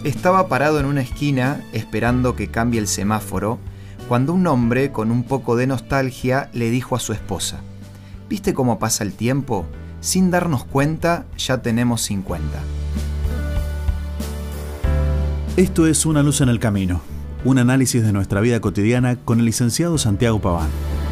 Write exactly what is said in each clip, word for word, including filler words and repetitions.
Estaba parado en una esquina esperando que cambie el semáforo cuando un hombre con un poco de nostalgia le dijo a su esposa: ¿viste cómo pasa el tiempo? Sin darnos cuenta ya tenemos cincuenta. Esto es Una luz en el camino, un análisis de nuestra vida cotidiana con el licenciado Santiago Paván.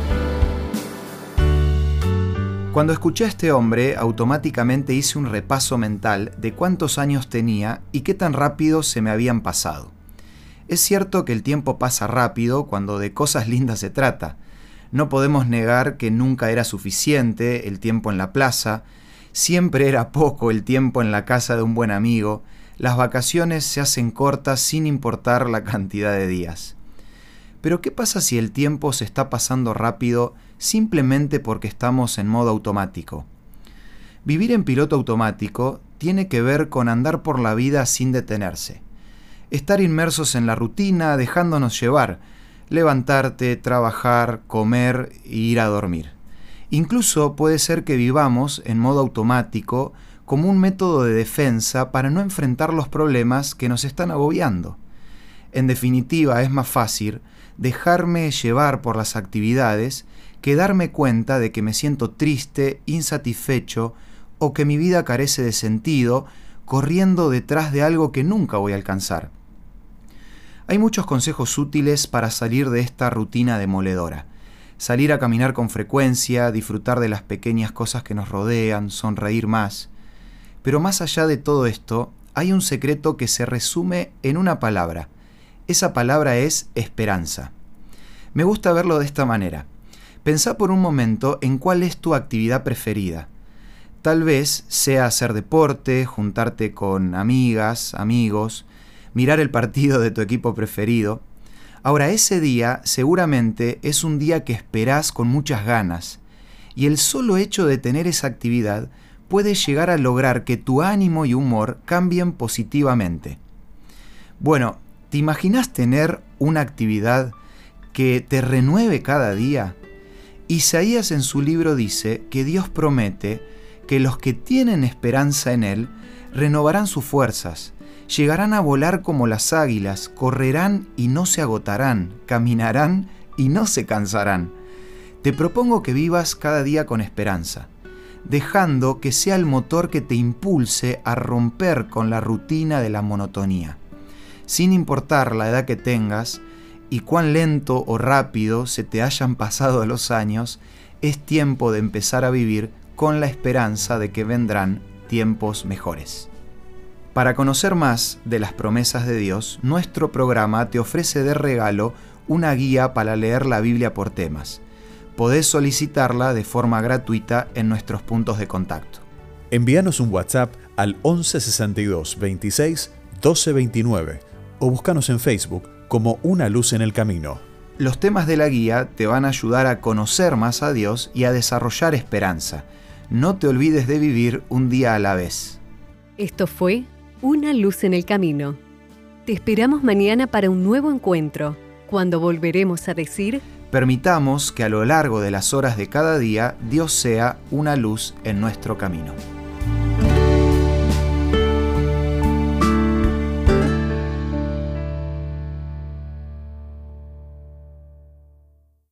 Cuando escuché a este hombre, automáticamente hice un repaso mental de cuántos años tenía y qué tan rápido se me habían pasado. Es cierto que el tiempo pasa rápido cuando de cosas lindas se trata. No podemos negar que nunca era suficiente el tiempo en la plaza, siempre era poco el tiempo en la casa de un buen amigo, las vacaciones se hacen cortas sin importar la cantidad de días. Pero ¿qué pasa si el tiempo se está pasando rápido simplemente porque estamos en modo automático? Vivir en piloto automático tiene que ver con andar por la vida sin detenerse. Estar inmersos en la rutina, dejándonos llevar, levantarte, trabajar, comer e ir a dormir. Incluso puede ser que vivamos en modo automático como un método de defensa para no enfrentar los problemas que nos están agobiando. En definitiva, es más fácil dejarme llevar por las actividades que darme cuenta de que me siento triste, insatisfecho o que mi vida carece de sentido, corriendo detrás de algo que nunca voy a alcanzar. Hay muchos consejos útiles para salir de esta rutina demoledora. Salir a caminar con frecuencia, disfrutar de las pequeñas cosas que nos rodean, sonreír más. Pero más allá de todo esto, hay un secreto que se resume en una palabra. Esa palabra es esperanza. Me gusta verlo de esta manera. Pensá por un momento en cuál es tu actividad preferida. Tal vez sea hacer deporte, juntarte con amigas, amigos, mirar el partido de tu equipo preferido. Ahora, ese día seguramente es un día que esperás con muchas ganas, y el solo hecho de tener esa actividad puede llegar a lograr que tu ánimo y humor cambien positivamente. Bueno, ¿te imaginas tener una actividad que te renueve cada día? Isaías en su libro dice que Dios promete que los que tienen esperanza en Él renovarán sus fuerzas, llegarán a volar como las águilas, correrán y no se agotarán, caminarán y no se cansarán. Te propongo que vivas cada día con esperanza, dejando que sea el motor que te impulse a romper con la rutina de la monotonía. Sin importar la edad que tengas y cuán lento o rápido se te hayan pasado los años, es tiempo de empezar a vivir con la esperanza de que vendrán tiempos mejores. Para conocer más de las promesas de Dios, nuestro programa te ofrece de regalo una guía para leer la Biblia por temas. Podés solicitarla de forma gratuita en nuestros puntos de contacto. Envíanos un WhatsApp al once sesenta y dos veintiséis doce veintinueve o búscanos en Facebook como Una luz en el camino. Los temas de la guía te van a ayudar a conocer más a Dios y a desarrollar esperanza. No te olvides de vivir un día a la vez. Esto fue Una luz en el camino. Te esperamos mañana para un nuevo encuentro, cuando volveremos a decir: permitamos que a lo largo de las horas de cada día Dios sea una luz en nuestro camino.